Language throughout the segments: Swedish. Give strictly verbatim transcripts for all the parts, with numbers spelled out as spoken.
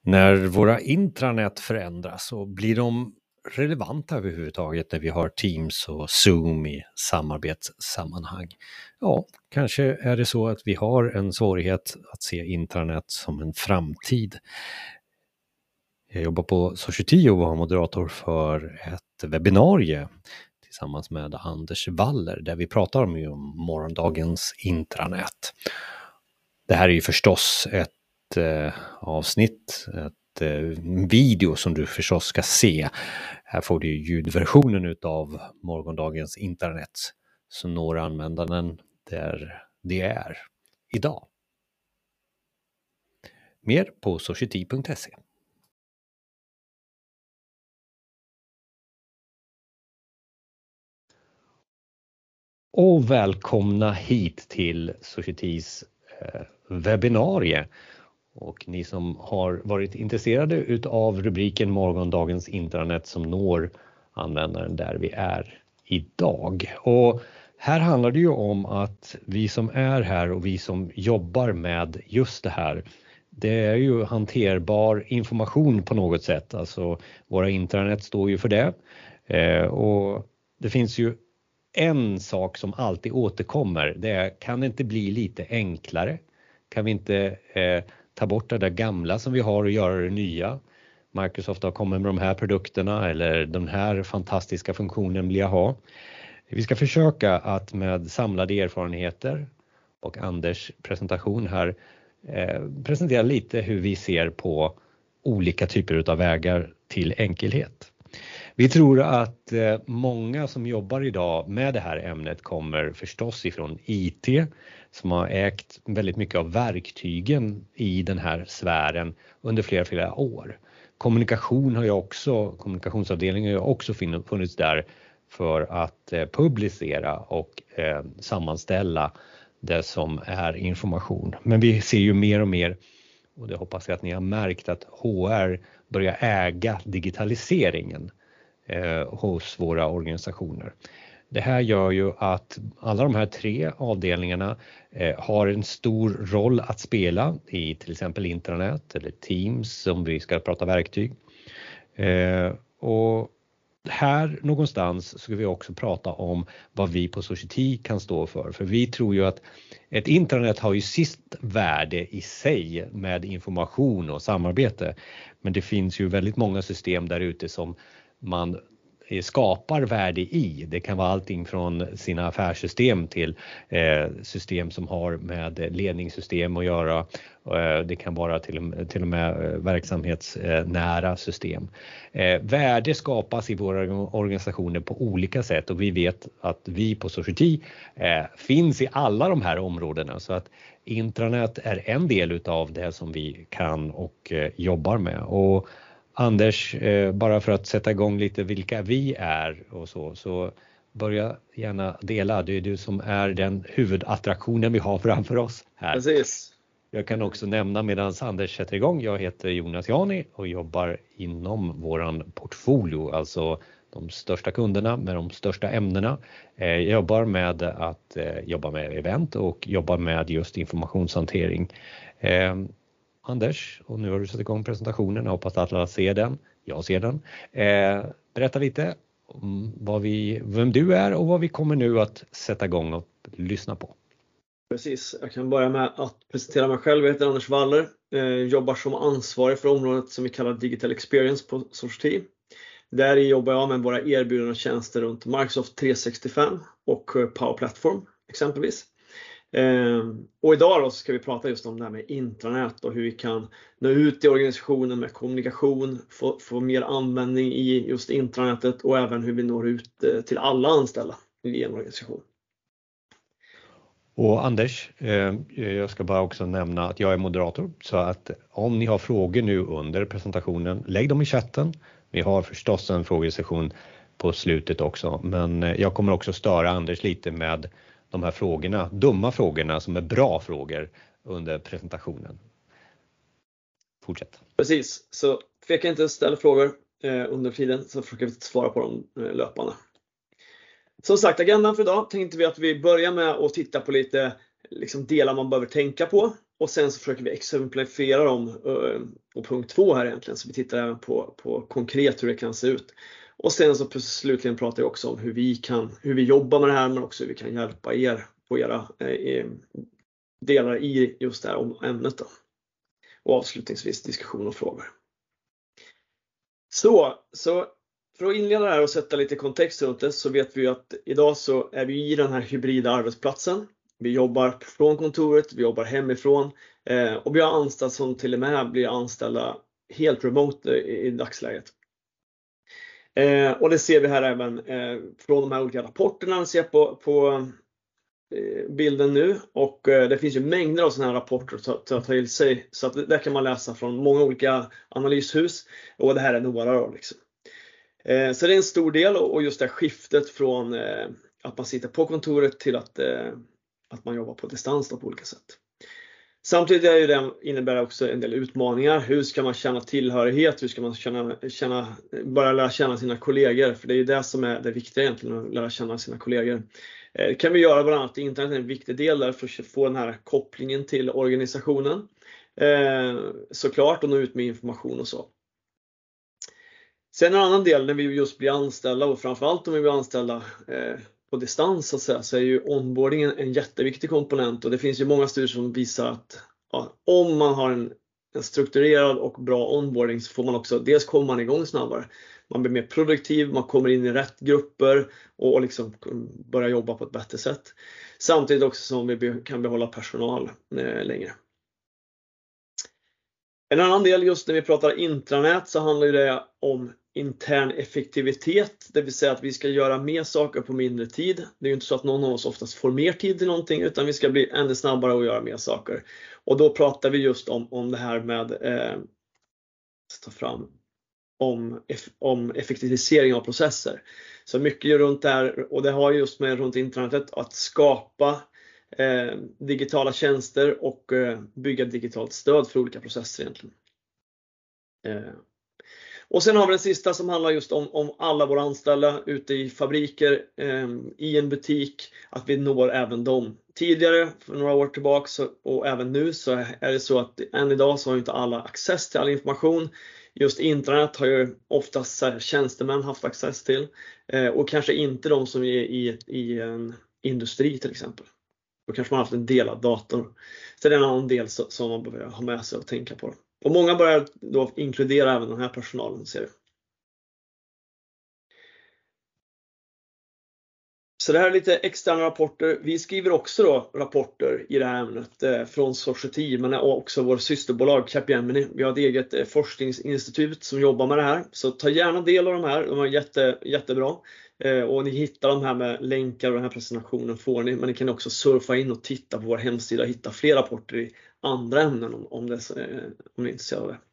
När våra intranät förändras så blir de relevanta överhuvudtaget när vi har Teams och Zoom i samarbetssammanhang. Ja, kanske är det så att vi har en svårighet att se intranät som en framtid. Jag jobbar på Society och var moderator för ett webbinarie tillsammans med Anders Waller där vi pratar om, om morgondagens intranät. Det här är ju förstås ett eh, avsnitt, ett eh, video som du förstås ska se. Här får du ljudversionen utav morgondagens intranät som når användaren där det är idag. Mer på society punkt se. Och välkomna hit till Societys eh, webbinarie. Och ni som har varit intresserade utav rubriken morgondagens intranät som når användaren där vi är idag. Och här handlar det ju om att vi som är här och vi som jobbar med just det här, det är ju hanterbar information på något sätt. Alltså våra intranät står ju för det. Eh, och det finns ju en sak som alltid återkommer. Det är, kan det inte bli lite enklare? Kan vi inte eh, ta bort det där gamla som vi har och göra det nya? Microsoft har kommit med de här produkterna eller den här fantastiska funktionen vill jag ha. Vi ska försöka att med samlade erfarenheter och Anders presentation här eh, presentera lite hur vi ser på olika typer av vägar till enkelhet. Vi tror att eh, många som jobbar idag med det här ämnet kommer förstås ifrån I T som har ägt väldigt mycket av verktygen i den här sfären under flera, flera år. Kommunikation har ju också, kommunikationsavdelningen har ju också funnits där för att eh, publicera och eh, sammanställa det som är information. Men vi ser ju mer och mer, och det hoppas jag att ni har märkt, att H R börjar äga digitaliseringen eh, hos våra organisationer. Det här gör ju att alla de här tre avdelningarna eh, har en stor roll att spela i till exempel intranät eller Teams som vi ska prata verktyg. Eh, och här någonstans ska vi också prata om vad vi på Society kan stå för. För vi tror ju att ett intranät har ju sitt värde i sig med information och samarbete. Men det finns ju väldigt många system där ute som man skapar värde i. Det kan vara allting från sina affärssystem till eh, system som har med ledningssystem att göra. Eh, det kan vara till, till och med eh, verksamhetsnära system. Eh, värde skapas i våra organisationer på olika sätt och vi vet att vi på Society eh, finns i alla de här områdena, så att intranät är en del utav det som vi kan och eh, jobbar med. Och Anders, eh, bara för att sätta igång lite vilka vi är och så, så börja gärna dela. Det är du som är den huvudattraktionen vi har framför oss här. Precis. Jag kan också nämna medan Anders sätter igång, jag heter Jonas Jani och jobbar inom våran portfolio, alltså de största kunderna med de största ämnena. Eh, jag jobbar med att eh, jobba med event och jobbar med just informationshantering. Eh, Anders, och nu har du satt igång presentationen. Jag hoppas att alla ser den. Jag ser den. Eh, berätta lite om vad vi, vem du är och vad vi kommer nu att sätta igång och lyssna på. Precis, jag kan börja med att presentera mig själv. Jag heter Anders Waller. Eh, jobbar som ansvarig för området som vi kallar Digital Experience på Society. Där jobbar jag med våra erbjudanden och tjänster runt Microsoft tre sextiofem och Power Platform exempelvis. Eh, och idag då ska vi prata just om det här med intranät och hur vi kan nå ut i organisationen med kommunikation, få, få mer användning i just intranätet och även hur vi når ut eh, till alla anställda i en organisation. Och Anders, eh, jag ska bara också nämna att jag är moderator, så att om ni har frågor nu under presentationen, lägg dem i chatten. Vi har förstås en frågesession på slutet också, men jag kommer också störa Anders lite med de här frågorna, dumma frågorna som är bra frågor under presentationen. Fortsätt. Precis, så tveka inte att ställa frågor eh, under tiden så försöker vi svara på dem eh, löpande. Som sagt, agendan för idag tänkte vi att vi börjar med att titta på lite liksom, delar man behöver tänka på och sen så försöker vi exemplifiera dem på punkt två här egentligen. Så vi tittar även på, på konkret hur det kan se ut. Och sen så slutligen pratar vi också om hur vi kan, hur vi jobbar med det här, men också hur vi kan hjälpa er på era eh, delar i just det här ämnet då. Och avslutningsvis diskussion och frågor. Så, så för att inleda det här och sätta lite kontext runt det, så vet vi ju att idag så är vi i den här hybrida arbetsplatsen. Vi jobbar från kontoret, vi jobbar hemifrån eh, och vi har anställda som till och med blir anställda helt remote i, i dagsläget. Eh, och det ser vi här även eh, från de här olika rapporterna vi ser på, på eh, bilden nu. Och eh, det finns ju mängder av sådana här rapporter att ta, ta till sig. Så att där kan man läsa från många olika analyshus. Och det här är några då liksom. Eh, så det är en stor del, och just det här skiftet från eh, att man sitter på kontoret till att, eh, att man jobbar på distans då, på olika sätt. Samtidigt är ju det, innebär det också en del utmaningar. Hur ska man känna tillhörighet? Hur ska man känna, känna, bara lära känna sina kollegor? För det är ju det som är det viktiga egentligen, att lära känna sina kollegor. Det kan vi göra bland annat. Internet är en viktig del där för att få den här kopplingen till organisationen. Eh, såklart, och nå ut med information och så. Sen en annan del när vi just blir anställda, och framförallt om vi blir anställda eh, på distans så, att säga, så är ju onboardingen en jätteviktig komponent, och det finns ju många studier som visar att ja, om man har en, en strukturerad och bra onboarding så får man också, dels kommer man igång snabbare, man blir mer produktiv, man kommer in i rätt grupper och, och liksom börjar jobba på ett bättre sätt. Samtidigt också som vi kan behålla personal eh, längre. En annan del just när vi pratar intranät så handlar det om intern effektivitet, det vill säga att vi ska göra mer saker på mindre tid. Det är ju inte så att någon av oss oftast får mer tid till någonting, utan vi ska bli ännu snabbare och göra mer saker. Och då pratar vi just om, om det här med eh, ta fram om, om effektivisering av processer. Så mycket runt det här, och det har just med runt internetet att skapa eh, digitala tjänster och eh, bygga digitalt stöd för olika processer egentligen. Eh. Och sen har vi den sista som handlar just om, om alla våra anställda ute i fabriker, eh, i en butik, att vi når även dem. Tidigare, för några år tillbaka så, och även nu, så är det så att än idag så har inte alla access till all information. Just internet har ju oftast tjänstemän haft access till, eh, och kanske inte de som är i, i en industri till exempel. Då kanske man har haft en delad dator. Så det är en annan del som man behöver ha med sig och tänka på. Och många börjar då inkludera även den här personalen, ser vi. Så det här är lite externa rapporter. Vi skriver också då rapporter i det här ämnet eh, från Society, men också vår systerbolag Capgemini. Vi har ett eget eh, forskningsinstitut som jobbar med det här. Så ta gärna del av de här, de är jätte, jättebra. Eh, och ni hittar de här med länkar, och den här presentationen får ni. Men ni kan också surfa in och titta på vår hemsida och hitta fler rapporter i andra ämnen om, om, det, eh, om ni är intresserade av det.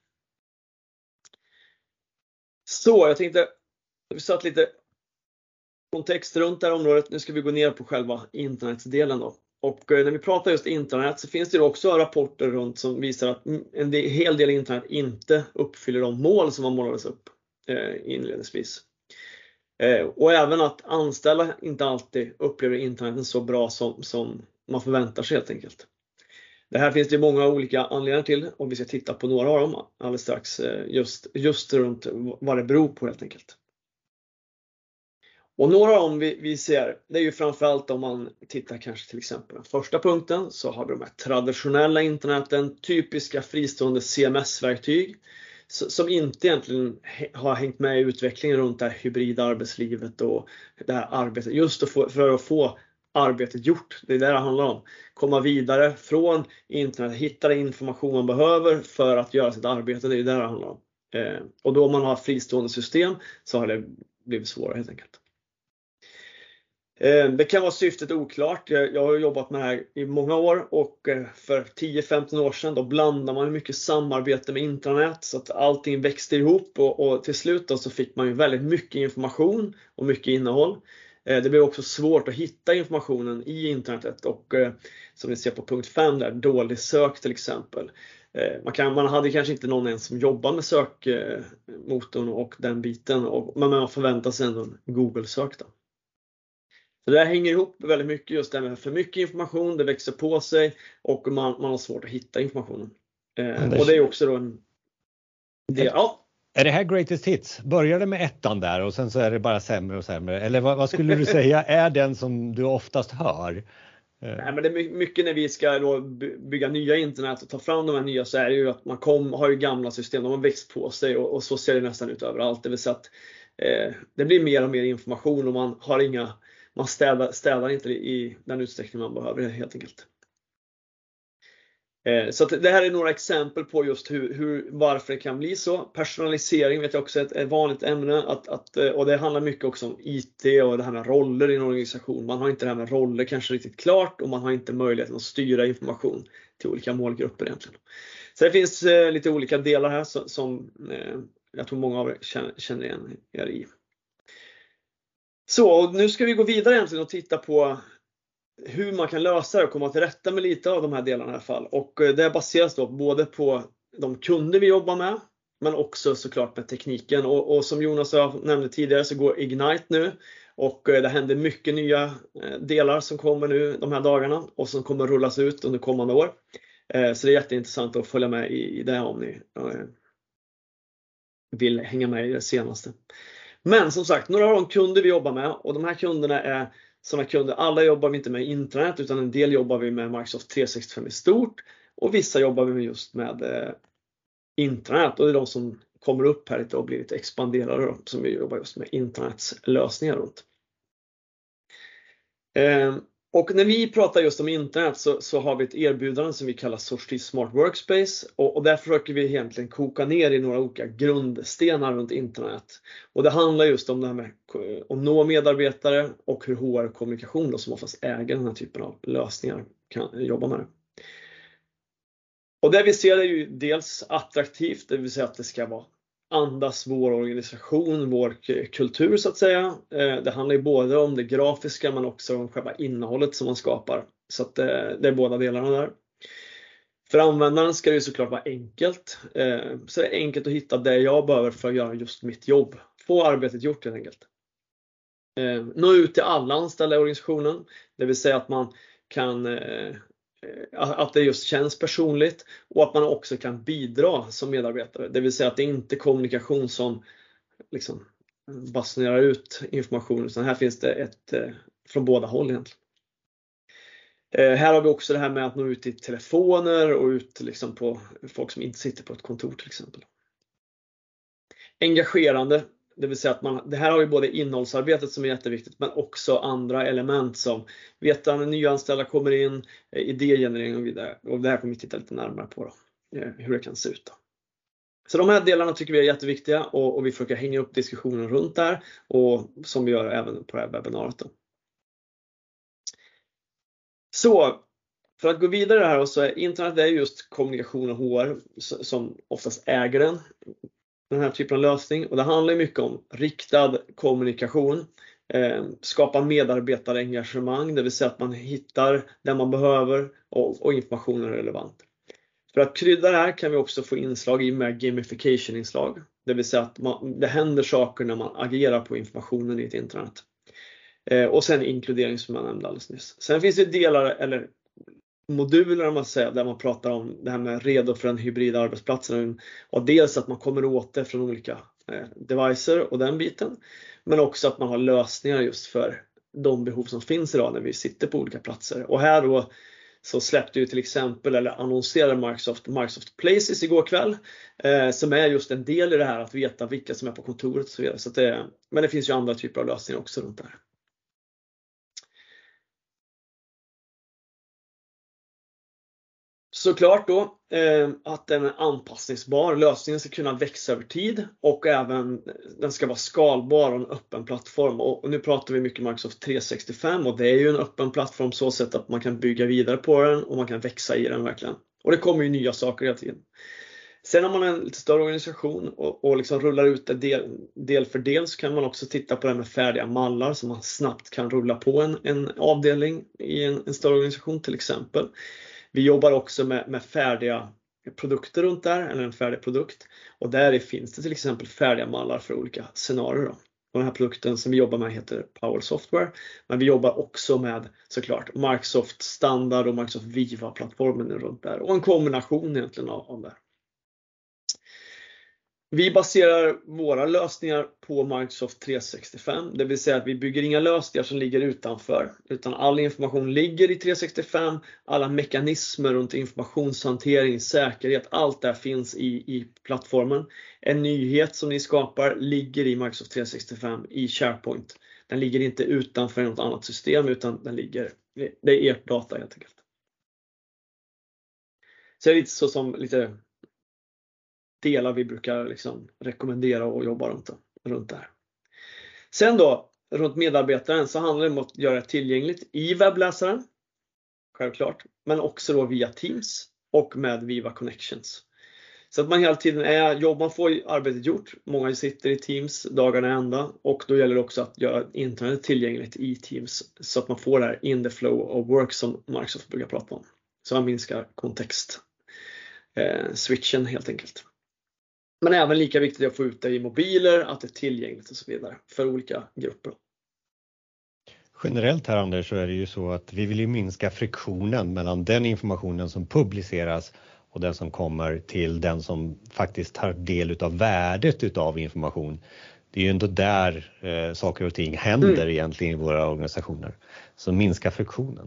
Så jag tänkte, vi satt lite kontext runt det här området. Nu ska vi gå ner på själva internetdelen då. Och när vi pratar just internet så finns det också rapporter runt som visar att en hel del internet inte uppfyller de mål som man målades upp inledningsvis. Och även att anställda inte alltid upplever interneten så bra som, som man förväntar sig helt enkelt. Det här finns det många olika anledningar till, och vi ska titta på några av dem alldeles strax, just, just runt vad det beror på helt enkelt. Och några av dem vi, vi ser, det är ju framförallt om man tittar kanske till exempel på den första punkten, så har vi de här traditionella interneten, typiska fristående C M S-verktyg som inte egentligen har hängt med i utvecklingen runt det här hybrida arbetslivet och det här arbetet, just att få, för att få arbetet gjort. Det är det det handlar om. Komma vidare från internet, hitta den information man behöver för att göra sitt arbete, det är det det handlar om. Eh, och då om man har fristående system så har det blivit svårare helt enkelt. Det kan vara syftet oklart. Jag har jobbat med det här i många år, och för tio femton år sedan då blandade man mycket samarbete med intranät så att allting växte ihop, och, och till slut då så fick man ju väldigt mycket information och mycket innehåll. Det blev också svårt att hitta informationen i internetet, och som ni ser på punkt fem där, dålig sök till exempel. Man, kan, man hade kanske inte någon ens som jobbar med sökmotorn och den biten, och, men man förväntar sig ändå en Google-sök då. Så det här hänger ihop väldigt mycket, just det med för mycket information, det växer på sig och man, man har svårt att hitta informationen. Eh, och det är också då en del, ja. Är det här greatest hits? Börjar det med ettan där och sen så är det bara sämre och sämre? Eller vad, vad skulle du säga är den som du oftast hör? Nej, men det är mycket när vi ska då bygga nya internet och ta fram de här nya, så är det ju att man kom, har ju gamla system, de har växt på sig och, och så ser det nästan ut överallt. Det vill säga att eh, det blir mer och mer information och man har inga, man städar, städar inte i den utsträckning man behöver helt enkelt. Eh, så att det här är några exempel på just hur, hur, varför det kan bli så. Personalisering vet jag också är ett, ett vanligt ämne, att, att, och det handlar mycket också om I T och det här med roller i en organisation. Man har inte det här med roller kanske riktigt klart och man har inte möjligheten att styra information till olika målgrupper egentligen. Så det finns eh, lite olika delar här som, som eh, jag tror många av er känner, känner igen er i. Så och nu ska vi gå vidare egentligen och titta på hur man kan lösa det och komma till rätta med lite av de här delarna i alla fall. Och det baseras då både på de kunder vi jobbar med, men också såklart med tekniken. Och, och som Jonas nämnde tidigare så går Ignite nu. Och det händer mycket nya delar som kommer nu de här dagarna och som kommer rullas ut under kommande år. Så det är jätteintressant att följa med i det om ni vill hänga med i det senaste. Men som sagt, några av de kunder vi jobbar med, och de här kunderna är sådana kunder, alla jobbar vi inte med internet utan en del jobbar vi med Microsoft tre sextiofem i stort och vissa jobbar vi med just med eh, internet, och det är de som kommer upp här lite och blir lite expanderade då, som vi jobbar just med internets lösningar runt. Eh, och när vi pratar just om internet så, så har vi ett erbjudande som vi kallar Society Smart Workspace, och, och där försöker vi egentligen koka ner i några olika grundstenar runt internet. Och det handlar just om det här med att nå medarbetare och hur H R-kommunikation då, som oftast äger den här typen av lösningar, kan jobba med det. Och det vi ser är ju dels attraktivt, det vill säga att det ska vara andas vår organisation, vår kultur så att säga. Det handlar ju både om det grafiska men också om själva innehållet som man skapar. Så att det, det är båda delarna där. För användaren ska det ju såklart vara enkelt. Så det är enkelt att hitta det jag behöver för att göra just mitt jobb. Få arbetet gjort helt enkelt. Nå ut till alla anställda i organisationen. Det vill säga att man kan... att det just känns personligt och att man också kan bidra som medarbetare. Det vill säga att det inte är kommunikation som liksom basunerar ut information, utan här finns det ett från båda håll egentligen. Här har vi också det här med att nå ut till telefoner och ut liksom på folk som inte sitter på ett kontor till exempel. Engagerande. Det vill säga att man, det här har ju både innehållsarbetet som är jätteviktigt men också andra element som veta när nya anställda kommer in, idégenerering och vidare. Och det här kommer vi titta lite närmare på då, hur det kan se ut då. Så de här delarna tycker vi är jätteviktiga och, och vi försöker hänga upp diskussionen runt där, och som vi gör även på det här webbinariet då. Så för att gå vidare här så är internet är just kommunikation och H R som oftast äger den. Den här typen av lösning, och det handlar mycket om riktad kommunikation, eh, skapa medarbetarengagemang, det vill säga att man hittar det man behöver och, och informationen är relevant. För att krydda det här kan vi också få inslag i med gamification-inslag, det vill säga att man, det händer saker när man agerar på informationen i ett internet. Eh, och sen inkludering som jag nämnde alldeles nyss. Sen finns det delar eller moduler om man säger, där man pratar om det här med redo för en hybrid arbetsplats, och dels att man kommer åt det från olika eh, devices och den biten, men också att man har lösningar just för de behov som finns idag när vi sitter på olika platser. Och här då så släppte ju till exempel eller annonserade Microsoft Microsoft Places igår kväll, eh, som är just en del i det här att veta vilka som är på kontoret och så vidare. Så att det, men det finns ju andra typer av lösningar också runt det här. Såklart då eh, att den är anpassningsbar, lösningen ska kunna växa över tid och även den ska vara skalbar och en öppen plattform. Och, och nu pratar vi mycket Microsoft tre sextiofem, och det är ju en öppen plattform så sätt att man kan bygga vidare på den och man kan växa i den verkligen. Och det kommer ju nya saker hela tiden. Sen när man är en lite större organisation och, och liksom rullar ut det del, del för del, så kan man också titta på det med färdiga mallar som man snabbt kan rulla på en, en avdelning i en, en större organisation till exempel. Vi jobbar också med, med färdiga produkter runt där, eller en färdig produkt. Och där finns det till exempel färdiga mallar för olika scenarier då. Och den här produkten som vi jobbar med heter Power Software. Men vi jobbar också med såklart Microsoft Standard och Microsoft Viva-plattformen runt där. Och en kombination egentligen av, av det. Vi baserar våra lösningar på Microsoft tre sextiofem. Det vill säga att vi bygger inga lösningar som ligger utanför. Utan all information ligger i tre sextiofem. Alla mekanismer runt informationshantering, säkerhet, allt där finns i, i plattformen. En nyhet som ni skapar ligger i Microsoft tre sextiofem i SharePoint. Den ligger inte utanför något annat system utan den ligger, det är ert data helt enkelt. Så det är lite så som lite delar vi brukar liksom rekommendera och jobba runt, runt där. Sen då, runt medarbetaren så handlar det om att göra det tillgängligt i webbläsaren. Självklart. Men också då via Teams och med Viva Connections. Så att man hela tiden är, jobb, man får arbetet gjort. Många sitter i Teams dagarna ända. Och då gäller det också att göra internet tillgängligt i Teams. Så att man får det här in the flow of work som Microsoft brukar prata om. Så man minskar kontext. Eh, switchen helt enkelt. Men även lika viktigt att få ut det i mobiler, att det är tillgängligt och så vidare för olika grupper. Generellt här Anders så är det ju så att vi vill ju minska friktionen mellan den informationen som publiceras och den som kommer till den som faktiskt tar del av värdet utav information. Det är ju ändå där eh, saker och ting händer mm. egentligen i våra organisationer. Så minska friktionen.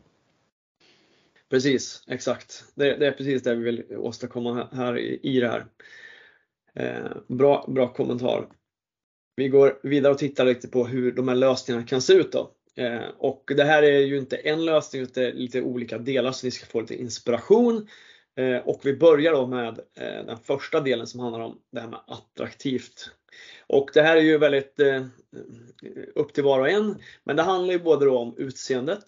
Precis, exakt. Det, det är precis det vi vill åstadkomma här i, i det här. Eh, bra, bra kommentar. Vi går vidare och tittar lite på hur de här lösningarna kan se ut då. Eh, och det här är ju inte en lösning utan lite olika delar så ni ska få lite inspiration. Eh, och vi börjar då med eh, den första delen som handlar om det här med attraktivt. Och det här är ju väldigt eh, upp till var och en. Men det handlar ju både då om utseendet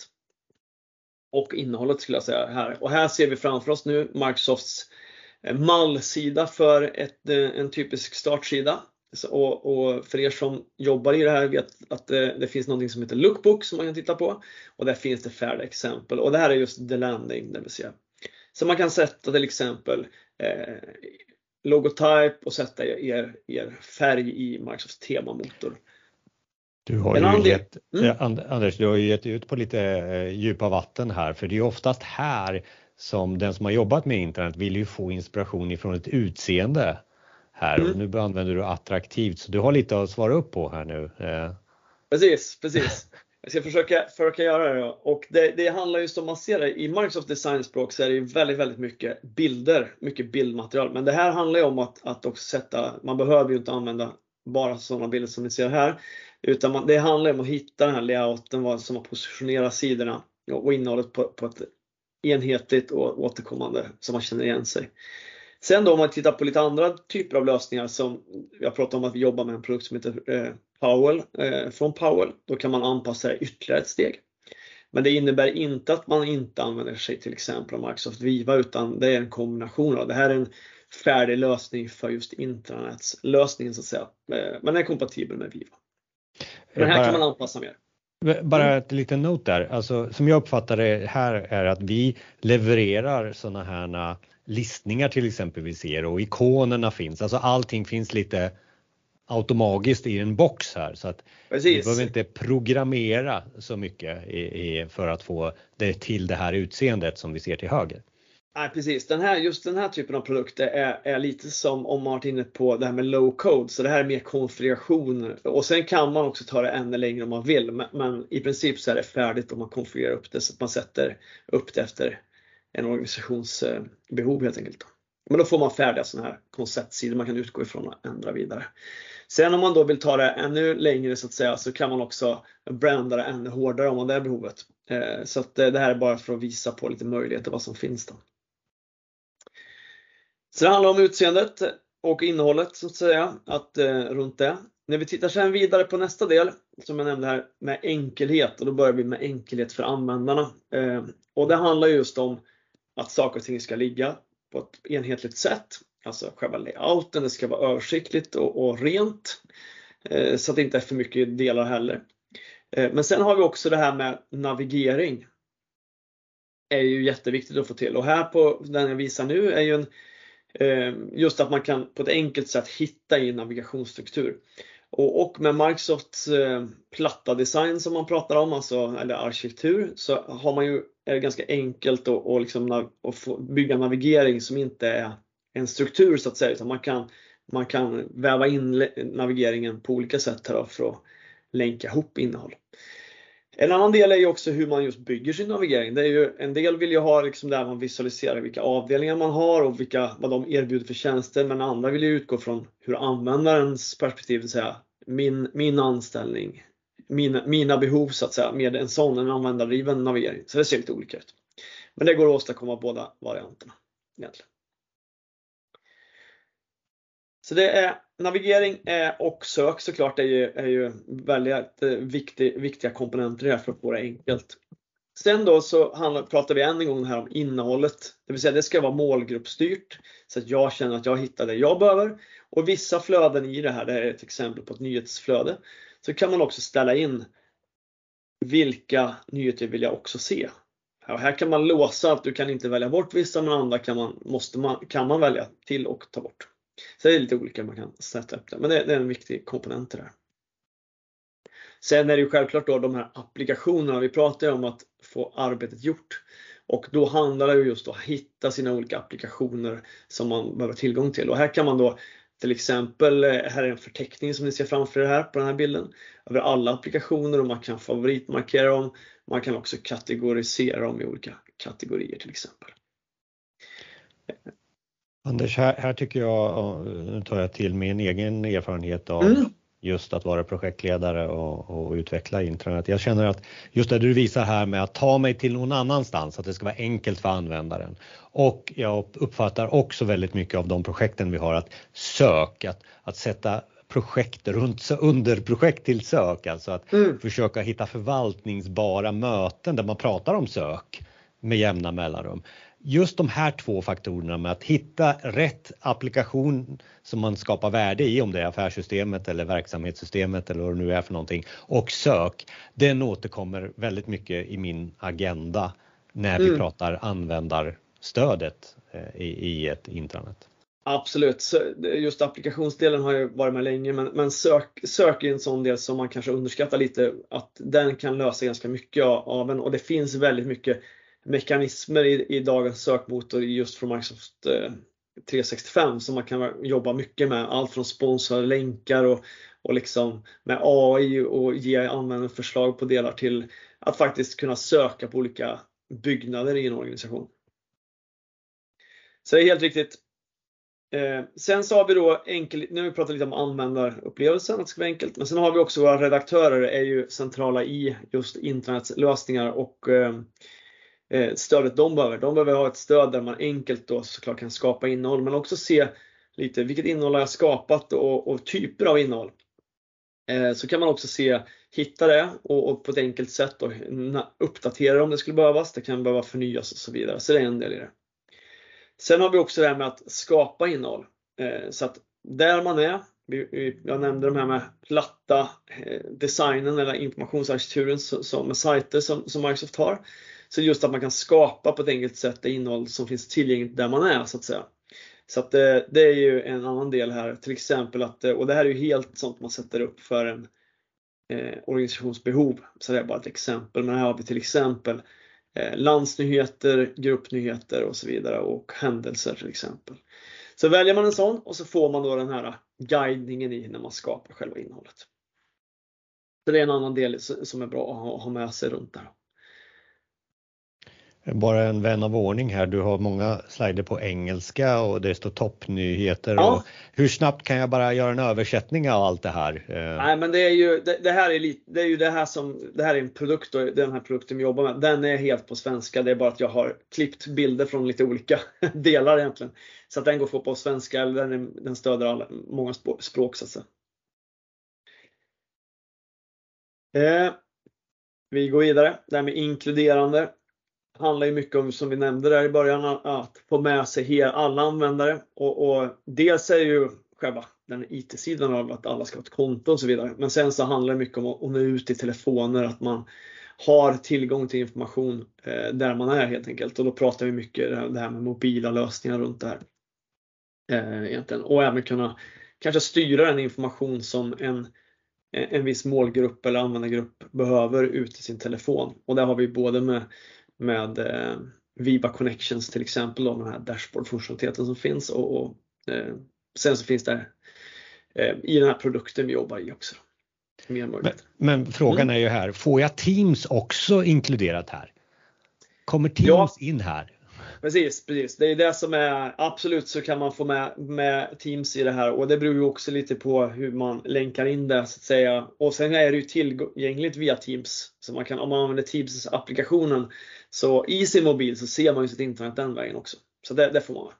och innehållet skulle jag säga här. Och här ser vi framför oss nu Microsofts mallsida för ett, en typisk startsida. Och, och för er som jobbar i det här vet att det, det finns något som heter Lookbook som man kan titta på. Och där finns det färdiga exempel. Och det här är just the landing, det vill säga. Så man kan sätta till exempel eh, logotype och sätta er, er färg i Microsofts temamotor. Du har ju gett, mm. Anders, du har ju gett ut på lite eh, djupa vatten här. För det är oftast här som den som har jobbat med internet vill ju få inspiration ifrån ett utseende här. Mm. Och nu använder du attraktivt. Så du har lite att svara upp på här nu. Precis, precis. Jag ska försöka, försöka göra det då. Och det, det handlar just om man ser det i Microsoft Design-språk så är det ju väldigt, väldigt mycket bilder. Mycket bildmaterial. Men det här handlar ju om att, att också sätta, man behöver ju inte använda bara sådana bilder som ni ser här. Utan man, det handlar om att hitta den här layouten, vad som har positionerat sidorna och innehållet på, på ett enhetligt och återkommande som man känner igen sig. Sen då om man tittar på lite andra typer av lösningar som jag pratade om att vi jobbar med en produkt som heter eh, Powell, eh, från Powell. Då kan man anpassa det ytterligare ett steg. Men det innebär inte att man inte använder sig till exempel av Microsoft Viva utan det är en kombination av. Det här är en färdig lösning för just intranetslösningen så att säga. Eh, men den är kompatibel med Viva. Men här bara, kan man anpassa mer. Bara ett litet not där. Alltså, som jag uppfattar det här är att vi levererar sådana här listningar till exempel vi ser och ikonerna finns. Alltså allting finns lite automatiskt i en box här. Så att vi behöver inte programmera så mycket i, i, för att få det till det här utseendet som vi ser till höger. Nej, precis. Den här, just den här typen av produkter är, är lite som om man har varit inne på det här med low code. Så det här är mer konfiguration. Och sen kan man också ta det ännu längre om man vill. Men, men i princip så är det färdigt om man konfigurerar upp det så att man sätter upp det efter en organisations behov helt enkelt. Men då får man färdiga sådana här konceptsidor man kan utgå ifrån och ändra vidare. Sen om man då vill ta det ännu längre så att säga så kan man också branda det ännu hårdare om man det är behovet. Så att det här är bara för att visa på lite möjligheter vad som finns då. Så det handlar om utseendet och innehållet så att säga, att, eh, runt det. När vi tittar sen vidare på nästa del som jag nämnde här med enkelhet och då börjar vi med enkelhet för användarna. Eh, och det handlar just om att saker och ting ska ligga på ett enhetligt sätt. Alltså själva layouten, det ska vara översiktligt och, och rent eh, så att det inte är för mycket delar heller. Eh, men sen har vi också det här med navigering. Är ju jätteviktigt att få till och här på den jag visar nu är ju en just att man kan på ett enkelt sätt hitta i en navigationsstruktur. Och, och med Microsofts eh, platta design som man pratar om, alltså, eller arkitektur, så har man ju, är det ganska enkelt att, och liksom, att få bygga navigering som inte är en struktur så att säga, utan man kan, man kan väva in navigeringen på olika sätt här för att länka ihop innehåll. En annan del är ju också hur man just bygger sin navigering. Det är ju, en del vill ju ha liksom där man visualiserar vilka avdelningar man har och vilka, vad de erbjuder för tjänster, men andra vill ju utgå från hur användarens perspektiv, det vill säga min, min anställning, mina, mina behov så att säga, med en sån en användardriven navigering. Så det ser lite olika ut. Men det går att åstadkomma båda varianterna egentligen. Så det är navigering och sök såklart är ju, är ju väldigt viktig, viktiga komponenter här för att få det enkelt. Sen då så handlar, pratar vi än en gång här om innehållet. Det vill säga det ska vara målgruppstyrt så att jag känner att jag hittar det jag behöver. Och vissa flöden i det här, det är ett exempel på ett nyhetsflöde. Så kan man också ställa in vilka nyheter vill jag också se. Och här kan man låsa att du kan inte välja bort vissa, men andra kan man, måste man, kan man välja till och ta bort. Så det är lite olika man kan sätta upp det. Men det, det är en viktig komponent där. Sen är det ju självklart då de här applikationerna. Vi pratar ju om att få arbetet gjort. Och då handlar det ju just om att hitta sina olika applikationer som man behöver tillgång till. Och här kan man då till exempel, här är en förteckning som ni ser framför er här på den här bilden. Över alla applikationer och man kan favoritmarkera dem. Man kan också kategorisera dem i olika kategorier till exempel. Anders, här, här tycker jag, nu tar jag till min egen erfarenhet av mm. just att vara projektledare och, och utveckla internet. Jag känner att just det du visar här med att ta mig till någon annanstans, att det ska vara enkelt för användaren. Och jag uppfattar också väldigt mycket av de projekten vi har att sök, att, att sätta projekt runt underprojekt till sök, alltså att mm. försöka hitta förvaltningsbara möten där man pratar om sök med jämna mellanrum. Just de här två faktorerna med att hitta rätt applikation som man skapar värde i, om det är affärssystemet eller verksamhetssystemet eller vad det nu är för någonting, och sök, den återkommer väldigt mycket i min agenda när vi mm. pratar användarstödet i, i ett intranet. Absolut, just applikationsdelen har ju varit med länge, men, men sök, sök är en sån del som man kanske underskattar lite, att den kan lösa ganska mycket av en, och det finns väldigt mycket mekanismer i, i dagens sökmotor just från Microsoft eh, tre sextiofem som man kan jobba mycket med, allt från sponsrade länkar och, och liksom med A I och ge användare förslag på delar till att faktiskt kunna söka på olika byggnader i en organisation. Så det är helt riktigt. Eh, sen så har vi då enkel, nu har vi pratat lite om användarupplevelsen, att det ska vara enkelt, men sen har vi också våra redaktörer är ju centrala i just internetslösningar och eh, stödet de behöver. De behöver ha ett stöd där man enkelt då såklart kan skapa innehåll, men också se lite vilket innehåll har jag skapat och, och typer av innehåll. Eh, så kan man också se, hitta det och, och på ett enkelt sätt och uppdatera om det skulle behövas. Det kan behöva förnyas och så vidare. Så det är en del i det. Sen har vi också det här med att skapa innehåll. Eh, så att där man är, vi, jag nämnde de här med platta eh, designen eller informationsarkitekturen som med sajter som, som Microsoft har. Så just att man kan skapa på ett enkelt sätt det innehåll som finns tillgängligt där man är så att säga. Så att det, det är ju en annan del här. Till exempel att, och det här är ju helt sånt man sätter upp för en eh, organisationsbehov. Så det är bara ett exempel. Men här har vi till exempel eh, landsnyheter, gruppnyheter och så vidare. Och händelser till exempel. Så väljer man en sån och så får man då den här guidningen i när man skapar själva innehållet. Så det är en annan del som är bra att ha med sig runt där. Bara en vän av ordning här, du har många slider på engelska och det står toppnyheter. Ja. Och hur snabbt kan jag bara göra en översättning av allt det här? Nej, men det är ju det, det här är lite, det är ju det här som det här är en produkt och den här produkten vi jobbar med. Den är helt på svenska. Det är bara att jag har klippt bilder från lite olika delar egentligen. Så att den går att få på svenska, eller den, den stöder alla, många språk så att säga. Eh, vi går vidare. Det här med inkluderande handlar ju mycket om, som vi nämnde där i början, att få med sig alla användare. Och, och dels är ju själva den I T-sidan av att alla ska ha ett konto och så vidare. Men sen så handlar det mycket om att nå ut i telefoner, att man har tillgång till information eh, där man är helt enkelt. Och då pratar vi mycket det här med mobila lösningar runt det här. Eh, egentligen. Och även kunna kanske styra den information som en en viss målgrupp eller användargrupp behöver ut i sin telefon. Och där har vi både med, med eh, Viva Connections till exempel, då, den här dashboard-funktionaliteten som finns, och, och eh, sen så finns det eh, i den här produkten vi jobbar i också. Mer men, men frågan mm. är ju här, får jag Teams också inkluderat här? Kommer Teams ja. in här? Precis, precis. Det är det som är, absolut så kan man få med, med Teams i det här, och det beror ju också lite på hur man länkar in det så att säga. Och sen är det ju tillgängligt via Teams, så man kan, om man använder Teams applikationen så i sin mobil så ser man ju sitt internet den vägen också. Så det, det får man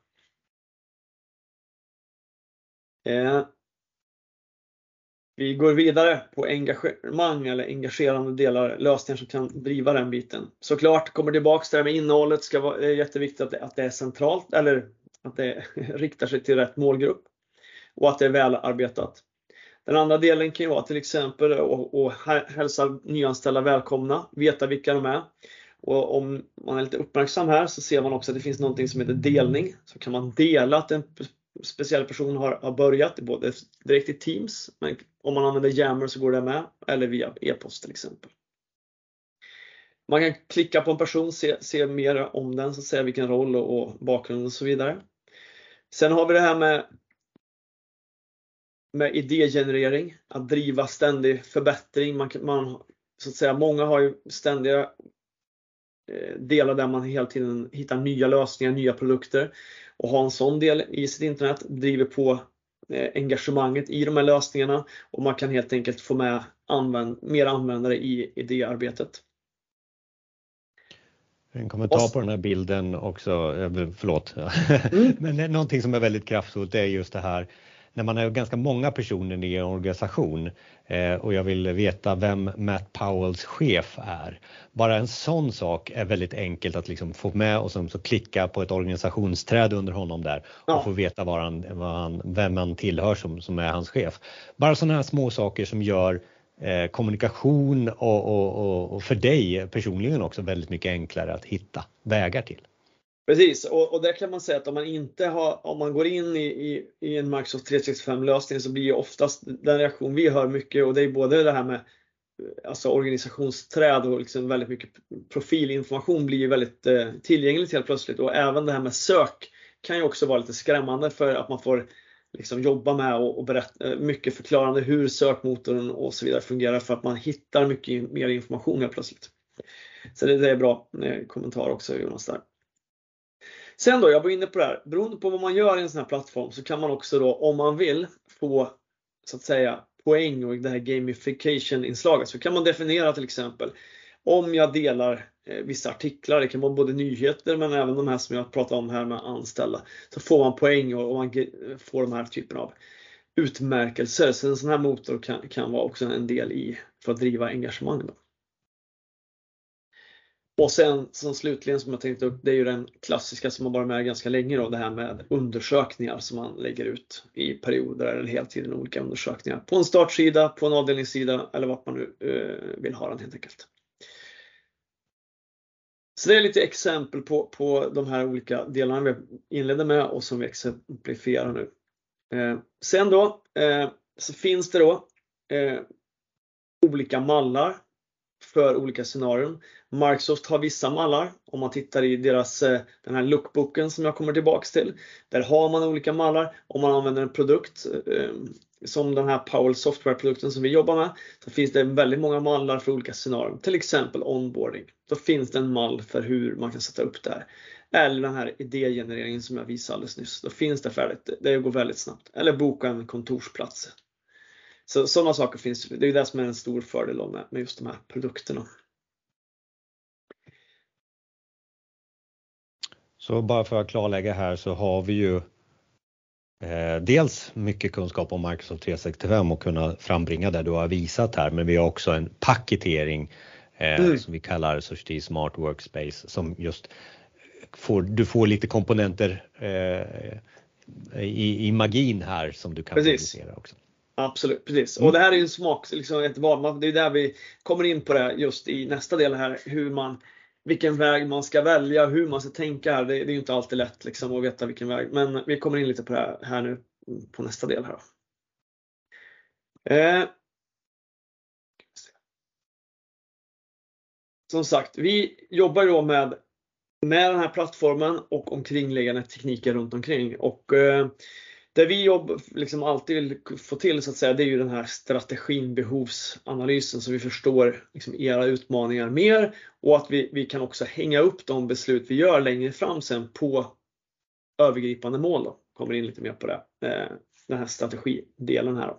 med. Eh. Vi går vidare på engagemang eller engagerande delar, lösningar som kan driva den biten. Såklart kommer tillbaka till det med innehållet, ska vara, det är jätteviktigt att det, att det är centralt eller att det riktar sig till rätt målgrupp och att det är välarbetat. Den andra delen kan ju vara till exempel att hälsa nyanställda välkomna, veta vilka de är. Och om man är lite uppmärksam här så ser man också att det finns någonting som heter delning. Så kan man dela att en speciell person har, har börjat både direkt i Teams, men om man använder Yammer så går det med, eller via e-post till exempel. Man kan klicka på en person, se, se mer om den, så att säga vilken roll och, och bakgrund och så vidare. Sen har vi det här med med idégenerering, att driva ständig förbättring. Man, man, så att säga, många har ju ständiga eh, delar där man hela tiden hittar nya lösningar, nya produkter. Och ha en sån del i sitt internet driver på eh, engagemanget i de här lösningarna. Och man kan helt enkelt få med använd, mer användare i idéarbetet. En kommentar på den här bilden också, förlåt. Mm. Men någonting som är väldigt kraftfullt är just det här. När man är ganska många personer i en organisation eh, och jag vill veta vem Matt Powells chef är. Bara en sån sak är väldigt enkelt att liksom få med och så, så klicka på ett organisationsträd under honom där och ja. få veta var han, var han, vem man tillhör som, som är hans chef. Bara sådana här små saker som gör eh, kommunikation och, och, och, och för dig personligen också väldigt mycket enklare att hitta vägar till. Precis, och, och där kan man säga att om man inte har, om man går in i, i, i en Microsoft tre sextiofem-lösning så blir ju oftast den reaktion vi hör mycket, och det är både det här med alltså organisationsträd och liksom väldigt mycket profilinformation blir ju väldigt eh, tillgängligt helt plötsligt, och även det här med sök kan ju också vara lite skrämmande för att man får liksom jobba med och, och berätta mycket förklarande hur sökmotorn och så vidare fungerar för att man hittar mycket mer information helt plötsligt. Så det, det är bra eh, kommentar också, Jonas, där. Sen då, jag var inne på det här, beroende på vad man gör i en sån här plattform så kan man också då, om man vill, få så att säga poäng och det här gamification-inslaget, så kan man definiera till exempel om jag delar eh, vissa artiklar, det kan vara både nyheter men även de här som jag pratar om här med anställda, så får man poäng och, och man får de här typen av utmärkelser. Så en sån här motor kan, kan vara också en del i för att driva engagemang då. Och sen som slutligen som jag tänkte upp, det är ju den klassiska som har varit med ganska länge då, det här med undersökningar som man lägger ut i perioder eller hela tiden olika undersökningar på en startsida, på en avdelningssida eller vart man nu eh, vill ha den helt enkelt. Så det är lite exempel på, på de här olika delarna vi inledde med och som vi exemplifierar nu. Eh, sen då eh, så finns det då eh, olika mallar för olika scenarion. Microsoft har vissa mallar. Om man tittar i deras, den här lookbooken som jag kommer tillbaks till. Där har man olika mallar. Om man använder en produkt eh, som den här Powell Software-produkten som vi jobbar med, så finns det väldigt många mallar för olika scenarion. Till exempel onboarding. Då finns det en mall för hur man kan sätta upp det här. Eller den här idégenereringen som jag visade alldeles nyss. Då finns det färdigt. Det går väldigt snabbt. Eller boka en kontorsplats. Så sådana saker finns. Det är det som är en stor fördel med, med just de här produkterna. Så bara för att klarlägga här så har vi ju eh, dels mycket kunskap om Microsoft tre sextiofem och kunna frambringa det du har visat här. Men vi har också en paketering eh, mm. som vi kallar Society Smart Workspace, som just får, du får lite komponenter eh, i, i magin här som du kan producera också. Absolut, precis. Mm. Och det här är ju en smak, liksom ett val. Det är där vi kommer in på det just i nästa del här, hur man, vilken väg man ska välja, hur man ska tänka här. Det, det är ju inte alltid lätt liksom att veta vilken väg, men vi kommer in lite på det här, här nu på nästa del här. Eh, som sagt, vi jobbar då med, med den här plattformen och omkringliggande tekniker runt omkring. Och eh, det vi jobbar, liksom alltid vill få till så att säga, det är ju den här strategin, behovsanalysen, så vi förstår liksom era utmaningar mer och att vi, vi kan också hänga upp de beslut vi gör längre fram sen på övergripande mål då. Kommer in lite mer på det, eh, den här strategidelen här då.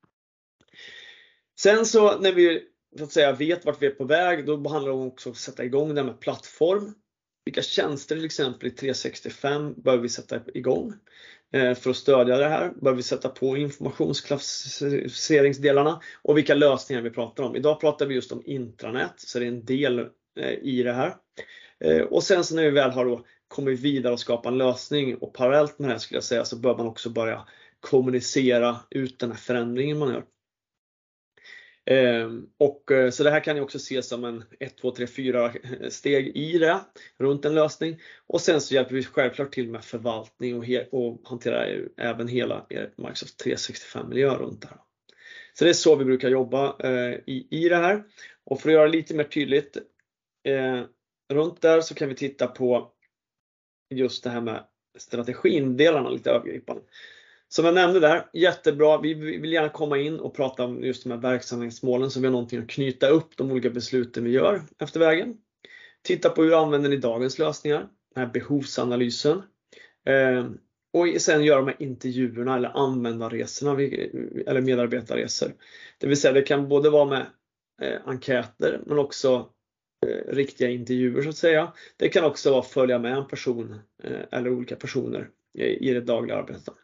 Sen så när vi så att säga vet vart vi är på väg, då handlar det också om att sätta igång det med plattform. Vilka tjänster till exempel i tre sextiofem behöver vi sätta igång eh, för att stödja det här? Behöver vi sätta på informationsklassificeringsdelarna och vilka lösningar vi pratar om. Idag pratar vi just om intranät, så det är en del eh, i det här. Eh, och sen så när vi väl har då kommit vidare och skapa en lösning, och parallellt med det här skulle jag säga, så bör man också börja kommunicera ut den här förändringen man gör. Eh, och så det här kan ju också ses som en ett, två, tre, fyra steg i det runt en lösning, och sen så hjälper vi självklart till med förvaltning och, he- och hanterar även hela Microsoft tre sextiofem miljö runt det här. Så det är så vi brukar jobba eh, i, i det här, och för att göra lite mer tydligt eh, runt där så kan vi titta på just det här med strategin-delarna lite övergripande. Som jag nämnde där, jättebra. Vi vill gärna komma in och prata om just de här verksamhetsmålen, så vi har någonting att knyta upp de olika besluten vi gör efter vägen. Titta på hur vi använder ni dagens lösningar, den här behovsanalysen. Eh, och sen göra de här intervjuerna eller användarresorna eller medarbetarresor. Det vill säga det kan både vara med eh, enkäter men också eh, riktiga intervjuer så att säga. Det kan också vara att följa med en person eh, eller olika personer eh, i det dagliga arbetet.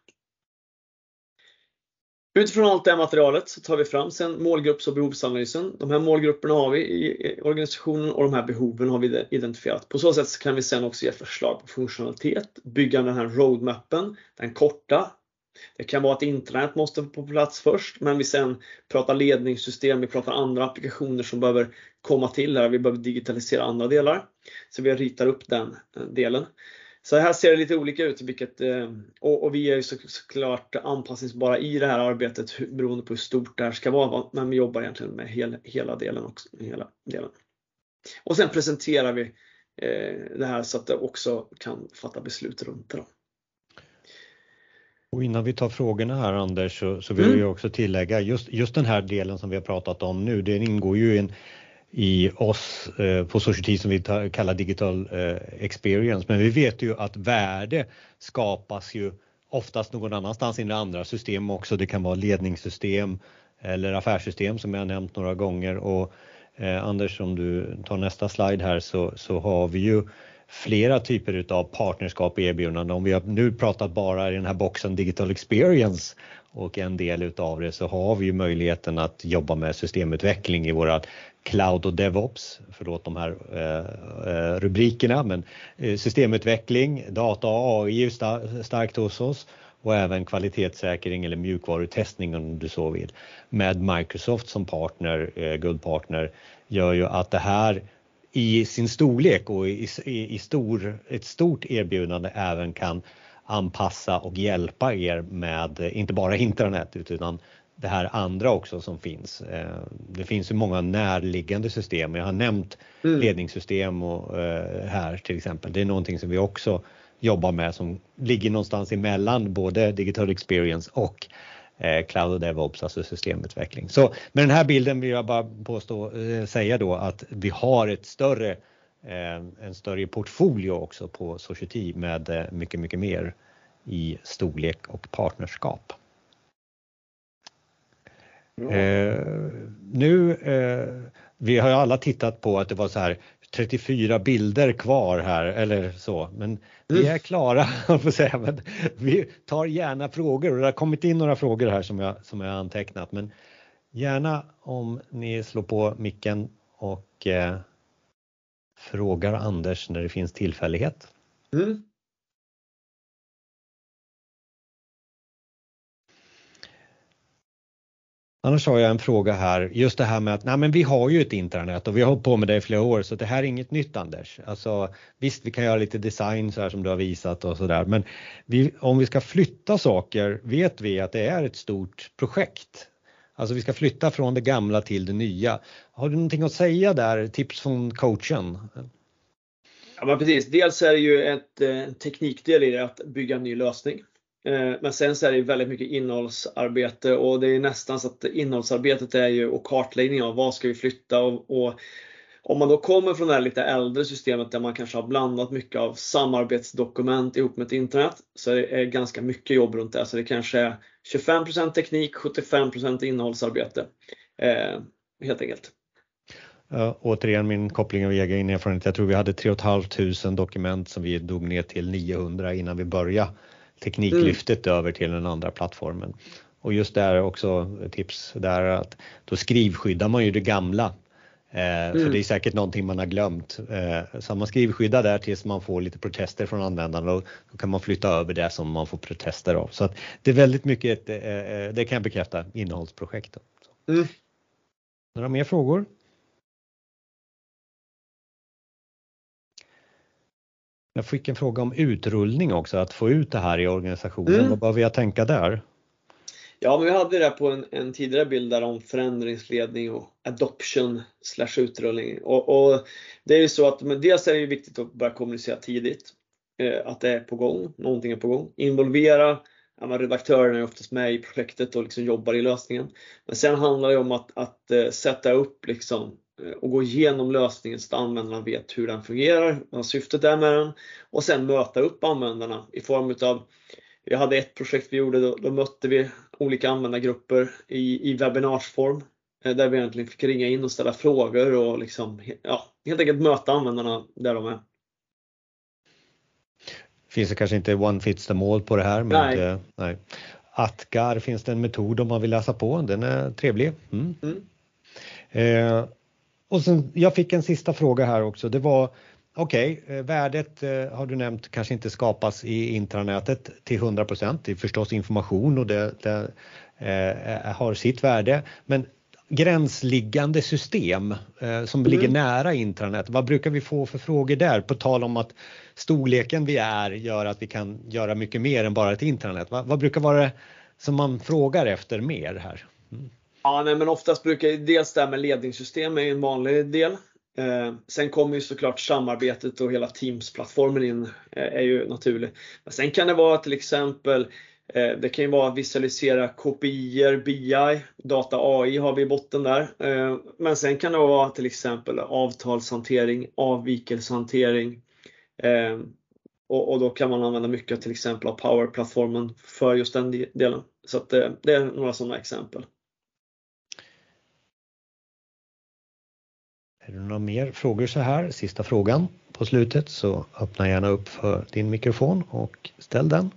Utifrån allt det här materialet så tar vi fram sen målgrupps- och behovsanalysen. De här målgrupperna har vi i organisationen och de här behoven har vi identifierat. På så sätt kan vi sen också ge förslag på funktionalitet, bygga den här roadmappen, den korta. Det kan vara att internet måste på plats först, men vi sen pratar ledningssystem, vi pratar andra applikationer som behöver komma till här. Vi behöver digitalisera andra delar. Så vi ritar upp den delen. Så här ser det lite olika ut, vilket, och, och vi är ju så, såklart anpassningsbara i det här arbetet beroende på hur stort det här ska vara, men vi jobbar egentligen med hel, hela delen också. Hela delen. Och sen presenterar vi eh, det här så att det också kan fatta beslut runt det. Och innan vi tar frågorna här Anders, så, så vill mm. jag också tillägga just, just den här delen som vi har pratat om nu, det ingår ju i en i oss eh, på Society som vi tar, kallar digital eh, experience, men vi vet ju att värde skapas ju oftast någon annanstans i det andra system också. Det kan vara ledningssystem eller affärssystem som jag har nämnt några gånger, och eh, Anders, om du tar nästa slide här, så, så har vi ju flera typer utav partnerskap och erbjudanden. Om vi har nu pratat bara i den här boxen digital experience och en del utav det, så har vi ju möjligheten att jobba med systemutveckling i våra cloud och DevOps, förlåt de här eh, rubrikerna, men eh, systemutveckling, data och A I är star- starkt hos oss, och även kvalitetssäkring eller mjukvarutestning om du så vill. Med Microsoft som partner, eh, guldpartner, gör ju att det här i sin storlek och i, i, i stor, ett stort erbjudande även kan anpassa och hjälpa er med inte bara internet utan det här andra också som finns. Det finns ju många närliggande system. Jag har nämnt mm. ledningssystem och, här till exempel. Det är någonting som vi också jobbar med som ligger någonstans emellan både digital experience och Cloud och DevOps, alltså systemutveckling. Så med den här bilden vill jag bara påstå, säga då att vi har ett större, en större portfolio också på Society med mycket, mycket mer i storlek och partnerskap. Eh, nu, eh, vi har ju alla tittat på att det var så här trettiofyra bilder kvar här eller så, men vi är klara får säga, men vi tar gärna frågor, och det har kommit in några frågor här som jag, som jag har antecknat, men gärna om ni slår på micken och eh, frågar Anders när det finns tillfällighet. Mm. Annars har jag en fråga här, just det här med att nej, men vi har ju ett internet och vi har hållit på med det i flera år, så det här är inget nytt Anders. Alltså, visst, vi kan göra lite design så här som du har visat och sådär, men vi, om vi ska flytta saker vet vi att det är ett stort projekt. Alltså vi ska flytta från det gamla till det nya. Har du någonting att säga där? Tips från coachen? Ja, men precis. Dels är det ju ett, en teknikdel i det att bygga en ny lösning. Men sen så är det väldigt mycket innehållsarbete, och det är nästan så att innehållsarbetet är ju och kartläggning av vad ska vi flytta, och, och om man då kommer från det här lite äldre systemet där man kanske har blandat mycket av samarbetsdokument ihop med ett internet, så är det ganska mycket jobb runt det. Så det kanske är tjugofem procent teknik, sjuttiofem procent innehållsarbete. Eh, helt enkelt. Uh, återigen min koppling av egen erfarenhet. Jag tror vi hade tre tusen femhundra dokument som vi dog ner till niohundra innan vi började tekniklyftet mm. över till den andra plattformen. Och just där också tips där att då skrivskyddar man ju det gamla. Eh, mm. För det är säkert någonting man har glömt. Eh, så man skrivskyddar där tills man får lite protester från användarna, och då kan man flytta över det som man får protester av. Så att det är väldigt mycket, eh, det kan jag bekräfta, innehållsprojekt. Mm. Några mer frågor? Jag fick en fråga om utrullning också, att få ut det här i organisationen. Mm. Vad behöver jag tänka där? Ja, men vi hade det på en, en tidigare bild där om förändringsledning och adoption slash utrullning. Och, och det är ju så att, men dels är det ju viktigt att börja kommunicera tidigt. Eh, att det är på gång, någonting är på gång. Involvera, ja, men redaktörerna är oftast med i projektet och liksom jobbar i lösningen. Men sen handlar det om att, att uh, sätta upp liksom, uh, och gå igenom lösningen så att användarna vet hur den fungerar, vad syftet är med den. Och sen möta upp användarna i form av, vi hade ett projekt vi gjorde, då, då mötte vi olika användargrupper i, i webbinarsform. Där vi egentligen fick ringa in och ställa frågor och liksom, ja, helt enkelt möta användarna där de är. Finns det kanske inte one fits them all på det här. Men nej. Det, nej. Atgar, finns det en metod om man vill läsa på? Den är trevlig. Mm. Mm. Eh, och sen, jag fick en sista fråga här också. Det var, okej, okay, värdet eh, har du nämnt kanske inte skapas i intranätet till hundra procent. Det är förstås information och det, det eh, har sitt värde. Men gränsliggande system eh, som mm. ligger nära intranät. Vad brukar vi få för frågor där? På tal om att storleken vi är gör att vi kan göra mycket mer än bara ett intranät. Va, vad brukar vara det som man frågar efter mer här? Mm. Ja, nej, men oftast brukar dels det här med ledningssystem är en vanlig del. Eh, sen kommer ju såklart samarbetet och hela Teams-plattformen in, eh, är ju naturligt. Men sen kan det vara till exempel, eh, det kan ju vara att visualisera K P I-er, B I, data A I har vi i botten där. Eh, men sen kan det vara till exempel avtalshantering, avvikelsehantering. Eh, och, och då kan man använda mycket till exempel av Power-plattformen för just den delen. Så att, eh, det är några sådana exempel. Är det några mer frågor så här? Sista frågan på slutet, så öppna gärna upp för din mikrofon och ställ den.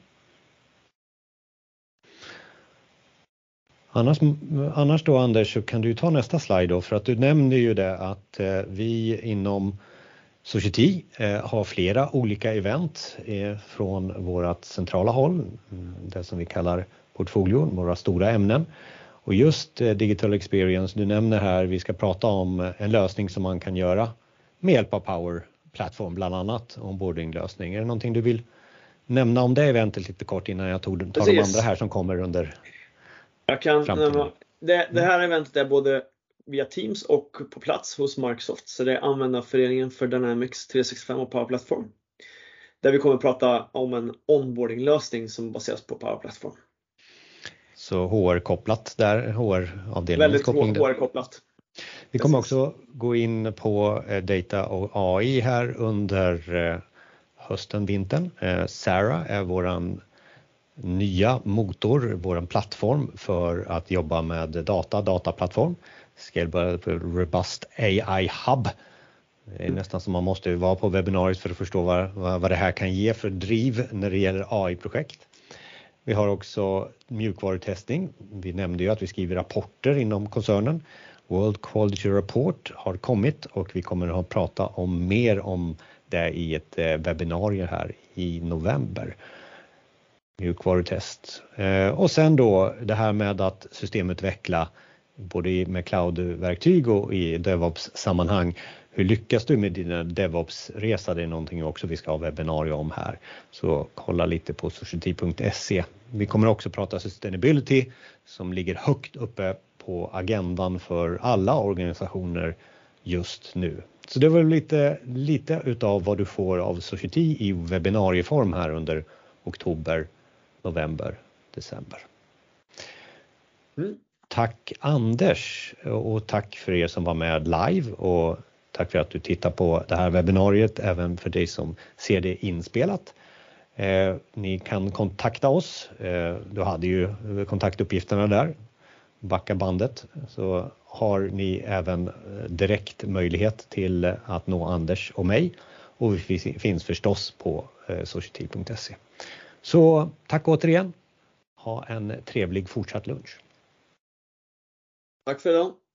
Annars, annars då Anders, så kan du ta nästa slide då, för att du nämnde ju det att eh, vi inom Society eh, har flera olika event eh, från vårat centrala håll, det som vi kallar portföljen, våra stora ämnen. Och just eh, Digital Experience, du nämner här, vi ska prata om en lösning som man kan göra med hjälp av Power Platform, bland annat onboarding-lösning. Är det någonting du vill nämna om det eventet lite kort innan jag tar, tar de andra här som kommer under jag kan nämna, det, det här eventet är både via Teams och på plats hos Microsoft. Så det är användarföreningen för Dynamics tre sextiofem och Power Platform. Där vi kommer att prata om en onboarding-lösning som baseras på Power Platform. Så H R-kopplat där, H R-avdelningen. Väldigt H R-kopplat. Vi kommer också gå in på data och A I här under hösten, vintern. Sarah är våran nya motor, våran plattform för att jobba med data, dataplattform. Scalable Robust A I Hub. Det är nästan som man måste vara på webbinariet för att förstå vad, vad det här kan ge för driv när det gäller A I-projekt. Vi har också mjukvarutestning. Vi nämnde ju att vi skriver rapporter inom koncernen. World Quality Report har kommit och vi kommer att prata om mer om det i ett webbinarium här i november. Mjukvarutest. Och sen då det här med att systemutveckla både med cloud-verktyg och i DevOps-sammanhang. Hur lyckas du med dina DevOps-resa? Det är någonting också vi ska ha webbinarium om här. Så kolla lite på society punkt se. Vi kommer också prata sustainability som ligger högt uppe på agendan för alla organisationer just nu. Så det var lite, lite utav vad du får av Society i webbinarieform här under oktober, november, december. Mm. Tack Anders och tack för er som var med live och tack för att du tittar på det här webbinariet, även för dig som ser det inspelat. Eh, ni kan kontakta oss, eh, du hade ju kontaktuppgifterna där, backa bandet, så har ni även direkt möjlighet till att nå Anders och mig, och vi finns förstås på eh, society punkt se. Så tack återigen, ha en trevlig fortsatt lunch. Tack för idag.